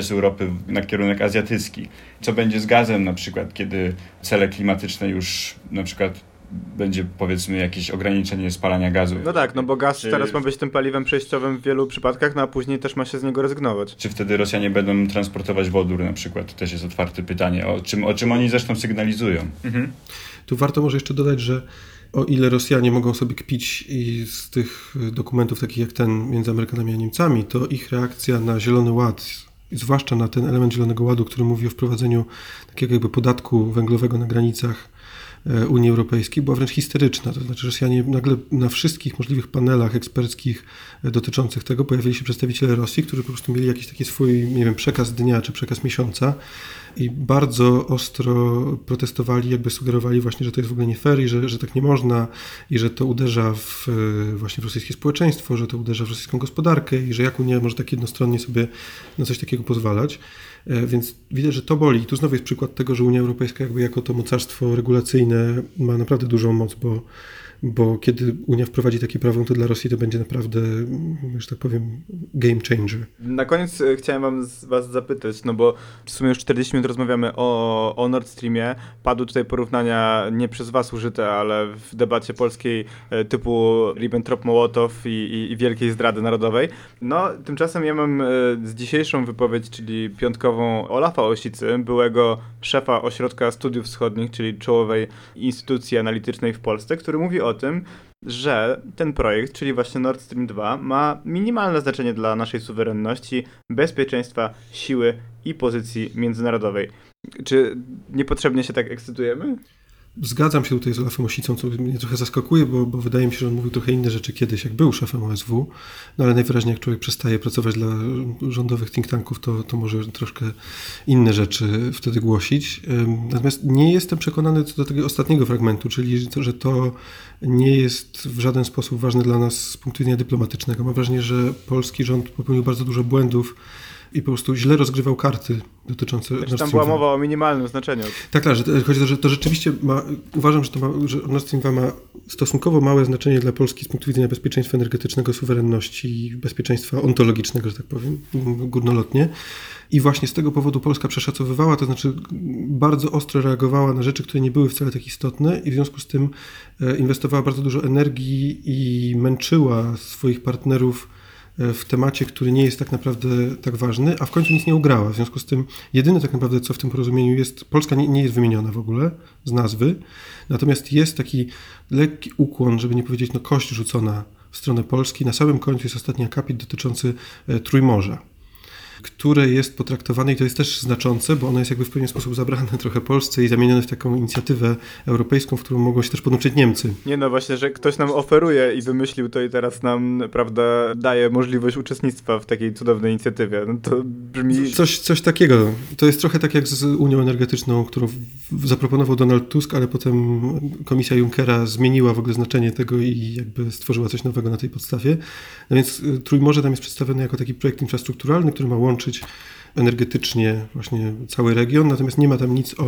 na kierunek azjatycki. Co będzie z gazem na przykład, kiedy cele klimatyczne już na przykład będzie powiedzmy jakieś ograniczenie spalania gazu. No tak, no bo gaz teraz ma być tym paliwem przejściowym w wielu przypadkach, no a później też ma się z niego rezygnować. Czy wtedy Rosjanie będą transportować wodór na przykład? To też jest otwarte pytanie, o czym oni zresztą sygnalizują. Mhm. Tu warto może jeszcze dodać, że o ile Rosjanie mogą sobie kpić i z tych dokumentów takich jak ten między Amerykanami a Niemcami, to ich reakcja na Zielony Ład, zwłaszcza na ten element Zielonego Ładu, który mówi o wprowadzeniu takiego jakby podatku węglowego na granicach Unii Europejskiej, była wręcz histeryczna. To znaczy Rosjanie nagle na wszystkich możliwych panelach eksperckich dotyczących tego pojawili się przedstawiciele Rosji, którzy po prostu mieli jakiś taki swój, nie wiem, przekaz dnia czy przekaz miesiąca i bardzo ostro protestowali, jakby sugerowali właśnie, że to jest w ogóle nie fair i że tak nie można i że to uderza właśnie w rosyjskie społeczeństwo, że to uderza w rosyjską gospodarkę i że jak Unia może tak jednostronnie sobie na coś takiego pozwalać. Więc widać, że to boli. I tu znowu jest przykład tego, że Unia Europejska jakby jako to mocarstwo regulacyjne ma naprawdę dużą moc, bo kiedy Unia wprowadzi takie prawo, to dla Rosji to będzie naprawdę, że tak powiem, game changer. Na koniec chciałem was zapytać, no bo w sumie już 40 minut rozmawiamy o Nord Streamie. Padły tutaj porównania nie przez was użyte, ale w debacie polskiej typu Ribbentrop-Mołotow i wielkiej zdrady narodowej. No, tymczasem ja mam z dzisiejszą wypowiedź, czyli piątkową Olafa Osicy, byłego szefa Ośrodka Studiów Wschodnich, czyli czołowej instytucji analitycznej w Polsce, który mówi o tym, że ten projekt, czyli właśnie Nord Stream 2, ma minimalne znaczenie dla naszej suwerenności, bezpieczeństwa, siły i pozycji międzynarodowej. Czy niepotrzebnie się tak ekscytujemy? Zgadzam się tutaj z Olafem Osicą, co mnie trochę zaskakuje, bo wydaje mi się, że on mówił trochę inne rzeczy kiedyś, jak był szefem OSW, no ale najwyraźniej jak człowiek przestaje pracować dla rządowych think tanków, to może troszkę inne rzeczy wtedy głosić. Natomiast nie jestem przekonany co do tego ostatniego fragmentu, czyli że to nie jest w żaden sposób ważne dla nas z punktu widzenia dyplomatycznego. Mam wrażenie, że polski rząd popełnił bardzo dużo błędów i po prostu źle rozgrywał karty dotyczące Nord Stream 2. Tam była mowa o minimalnym znaczeniu. Tak, że chodzi o to, że to rzeczywiście uważam, że Nord Stream 2 ma stosunkowo małe znaczenie dla Polski z punktu widzenia bezpieczeństwa energetycznego, suwerenności i bezpieczeństwa ontologicznego, że tak powiem, górnolotnie. I właśnie z tego powodu Polska przeszacowywała, to znaczy bardzo ostro reagowała na rzeczy, które nie były wcale tak istotne i w związku z tym inwestowała bardzo dużo energii i męczyła swoich partnerów w temacie, który nie jest tak naprawdę tak ważny, a w końcu nic nie ugrała. W związku z tym jedyne tak naprawdę, co w tym porozumieniu jest, Polska nie jest wymieniona w ogóle z nazwy, natomiast jest taki lekki ukłon, żeby nie powiedzieć kość rzucona w stronę Polski. Na samym końcu jest ostatni akapit dotyczący Trójmorza, które jest potraktowane, i to jest też znaczące, bo ono jest jakby w pewien sposób zabrane trochę Polsce i zamienione w taką inicjatywę europejką, w którą mogą się też podłączyć Niemcy. Nie no, właśnie, że ktoś nam oferuje i wymyślił to i teraz nam, prawda, daje możliwość uczestnictwa w takiej cudownej inicjatywie. No to brzmi... Coś takiego. To jest trochę tak jak z Unią Energetyczną, którą zaproponował Donald Tusk, ale potem Komisja Junckera zmieniła w ogóle znaczenie tego i jakby stworzyła coś nowego na tej podstawie. No więc Trójmorze tam jest przedstawione jako taki projekt infrastrukturalny, który ma łączyć energetycznie właśnie cały region, natomiast nie ma tam nic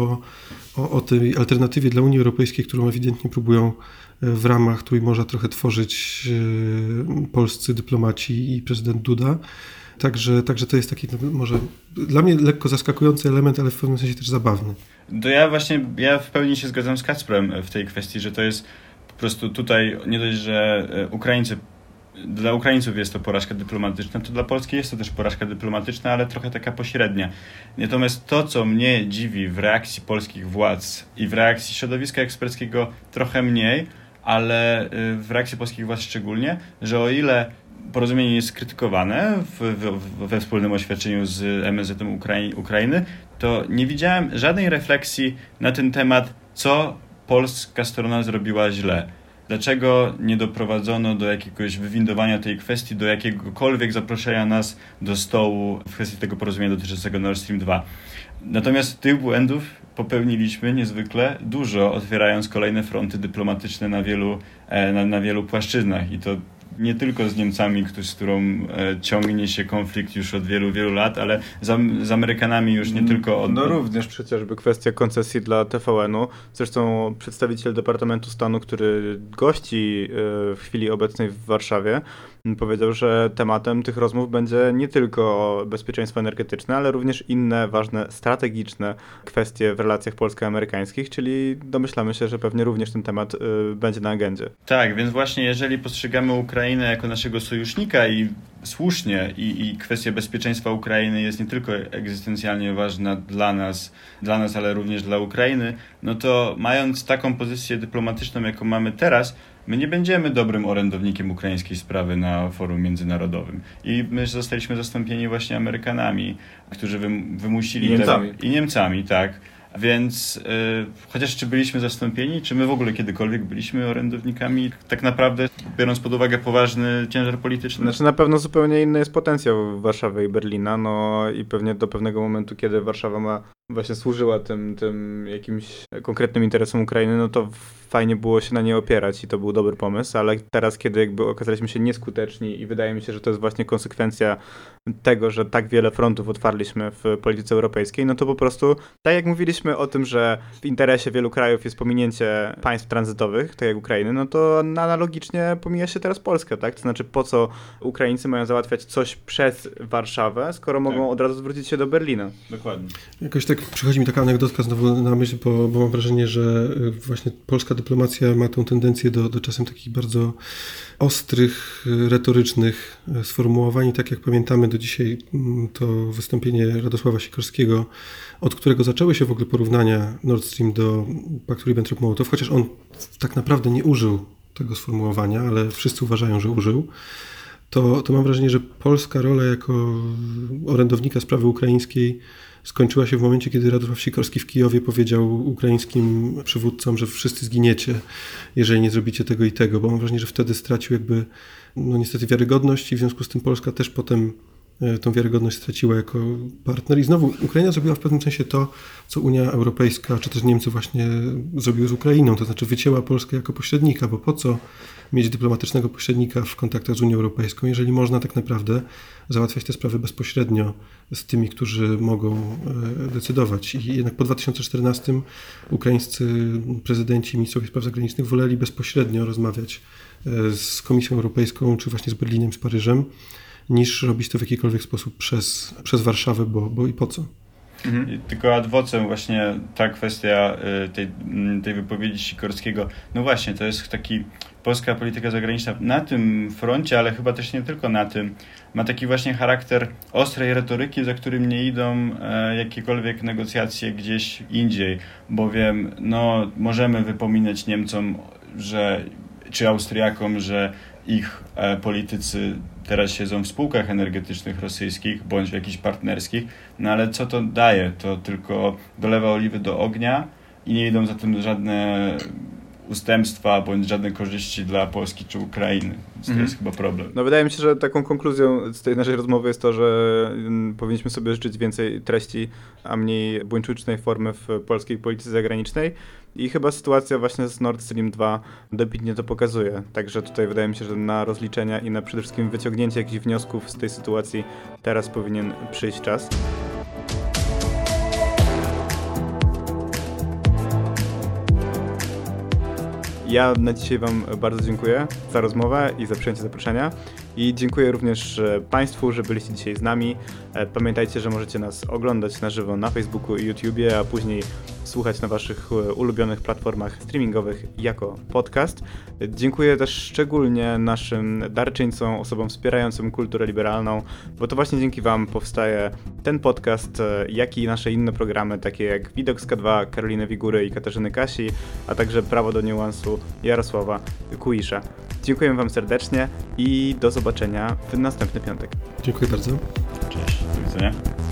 o tej alternatywie dla Unii Europejskiej, którą ewidentnie próbują w ramach Trójmorza trochę tworzyć polscy dyplomaci i prezydent Duda. Także to jest taki może dla mnie lekko zaskakujący element, ale w pewnym sensie też zabawny. To ja w pełni się zgadzam z Kacprem w tej kwestii, że to jest po prostu tutaj nie dość, że Ukraińcy dla Ukraińców jest to porażka dyplomatyczna, to dla Polski jest to też porażka dyplomatyczna, ale trochę taka pośrednia. Natomiast to, co mnie dziwi w reakcji polskich władz i w reakcji środowiska eksperckiego trochę mniej, ale w reakcji polskich władz szczególnie, że o ile porozumienie jest krytykowane we wspólnym oświadczeniu z MSZ-em Ukrainy, to nie widziałem żadnej refleksji na ten temat, co polska strona zrobiła źle. Dlaczego nie doprowadzono do jakiegoś wywindowania tej kwestii, do jakiegokolwiek zaproszenia nas do stołu w kwestii tego porozumienia dotyczącego Nord Stream 2. Natomiast tych błędów popełniliśmy niezwykle dużo, otwierając kolejne fronty dyplomatyczne na wielu płaszczyznach. I to nie tylko z Niemcami, z którą ciągnie się konflikt już od wielu, wielu lat, ale z Amerykanami już nie tylko od... No również chociażby kwestia koncesji dla TVN-u. Zresztą przedstawiciel Departamentu Stanu, który gości w chwili obecnej w Warszawie, powiedział, że tematem tych rozmów będzie nie tylko bezpieczeństwo energetyczne, ale również inne ważne strategiczne kwestie w relacjach polsko-amerykańskich, czyli domyślamy się, że pewnie również ten temat będzie na agendzie. Tak, więc właśnie jeżeli postrzegamy Ukrainę jako naszego sojusznika i słusznie i kwestia bezpieczeństwa Ukrainy jest nie tylko egzystencjalnie ważna dla nas, ale również dla Ukrainy, no to mając taką pozycję dyplomatyczną, jaką mamy teraz, my nie będziemy dobrym orędownikiem ukraińskiej sprawy na forum międzynarodowym. I my zostaliśmy zastąpieni właśnie Amerykanami, którzy wymusili... I Niemcami, tak. Więc chociaż czy byliśmy zastąpieni, czy my w ogóle kiedykolwiek byliśmy orędownikami, tak naprawdę biorąc pod uwagę poważny ciężar polityczny? Znaczy na pewno zupełnie inny jest potencjał Warszawy i Berlina, no i pewnie do pewnego momentu, kiedy Warszawa właśnie służyła tym jakimś konkretnym interesom Ukrainy, no to fajnie było się na nie opierać i to był dobry pomysł, ale teraz, kiedy jakby okazaliśmy się nieskuteczni i wydaje mi się, że to jest właśnie konsekwencja tego, że tak wiele frontów otwarliśmy w polityce europejskiej, no to po prostu, tak jak mówiliśmy o tym, że w interesie wielu krajów jest pominięcie państw tranzytowych, tak jak Ukrainy, no to analogicznie pomija się teraz Polskę, tak? To znaczy, po co Ukraińcy mają załatwiać coś przez Warszawę, skoro mogą od razu zwrócić się do Berlina. Dokładnie. Jakoś tak przychodzi mi taka anegdotka znowu na myśl, bo mam wrażenie, że właśnie polska dyplomacja ma tą tendencję do czasem takich bardzo ostrych, retorycznych sformułowań. Tak jak pamiętamy do dzisiaj to wystąpienie Radosława Sikorskiego, od którego zaczęły się w ogóle porównania Nord Stream do paktu Ribbentrop-Mołotow, chociaż on tak naprawdę nie użył tego sformułowania, ale wszyscy uważają, że użył. To mam wrażenie, że polska rola jako orędownika sprawy ukraińskiej skończyła się w momencie, kiedy Radosław Sikorski w Kijowie powiedział ukraińskim przywódcom, że wszyscy zginiecie, jeżeli nie zrobicie tego i tego, bo mam wrażenie, że wtedy stracił jakby, no niestety, wiarygodność i w związku z tym Polska też potem tą wiarygodność straciła jako partner. I znowu Ukraina zrobiła w pewnym sensie to, co Unia Europejska, czy też Niemcy właśnie zrobiły z Ukrainą, to znaczy wycięła Polskę jako pośrednika, bo po co mieć dyplomatycznego pośrednika w kontaktach z Unią Europejską, jeżeli można tak naprawdę załatwiać te sprawy bezpośrednio z tymi, którzy mogą decydować. I jednak po 2014 ukraińscy prezydenci, ministrowie spraw zagranicznych woleli bezpośrednio rozmawiać z Komisją Europejską, czy właśnie z Berlinem, z Paryżem, niż robić to w jakikolwiek sposób przez Warszawę, bo i po co? Tylko ad vocem właśnie ta kwestia tej wypowiedzi Sikorskiego, no właśnie, to jest taki polska polityka zagraniczna na tym froncie, ale chyba też nie tylko na tym, ma taki właśnie charakter ostrej retoryki, za którym nie idą jakiekolwiek negocjacje gdzieś indziej, bowiem no, możemy wypominać Niemcom, czy Austriakom, że ich politycy teraz siedzą w spółkach energetycznych rosyjskich bądź w jakichś partnerskich, no ale co to daje? To tylko dolewa oliwy do ognia i nie idą za tym żadne ustępstwa bądź żadne korzyści dla Polski czy Ukrainy. Więc to jest chyba problem. No wydaje mi się, że taką konkluzją z tej naszej rozmowy jest to, że powinniśmy sobie życzyć więcej treści, a mniej buńczucznej formy w polskiej polityce zagranicznej. I chyba sytuacja właśnie z Nord Stream 2 dobitnie to pokazuje. Także tutaj wydaje mi się, że na rozliczenia i na przede wszystkim wyciągnięcie jakichś wniosków z tej sytuacji teraz powinien przyjść czas. Ja na dzisiaj Wam bardzo dziękuję za rozmowę i za przyjęcie zaproszenia. I dziękuję również Państwu, że byliście dzisiaj z nami. Pamiętajcie, że możecie nas oglądać na żywo na Facebooku i YouTubie, a później słuchać na waszych ulubionych platformach streamingowych jako podcast. Dziękuję też szczególnie naszym darczyńcom, osobom wspierającym kulturę liberalną, bo to właśnie dzięki wam powstaje ten podcast, jak i nasze inne programy, takie jak Widok z K2, Karoliny Wigury i Katarzyny Kasi, a także Prawo do niuansu Jarosława Kuisza. Dziękuję wam serdecznie i do zobaczenia w następny piątek. Dziękuję bardzo. Cześć, do widzenia.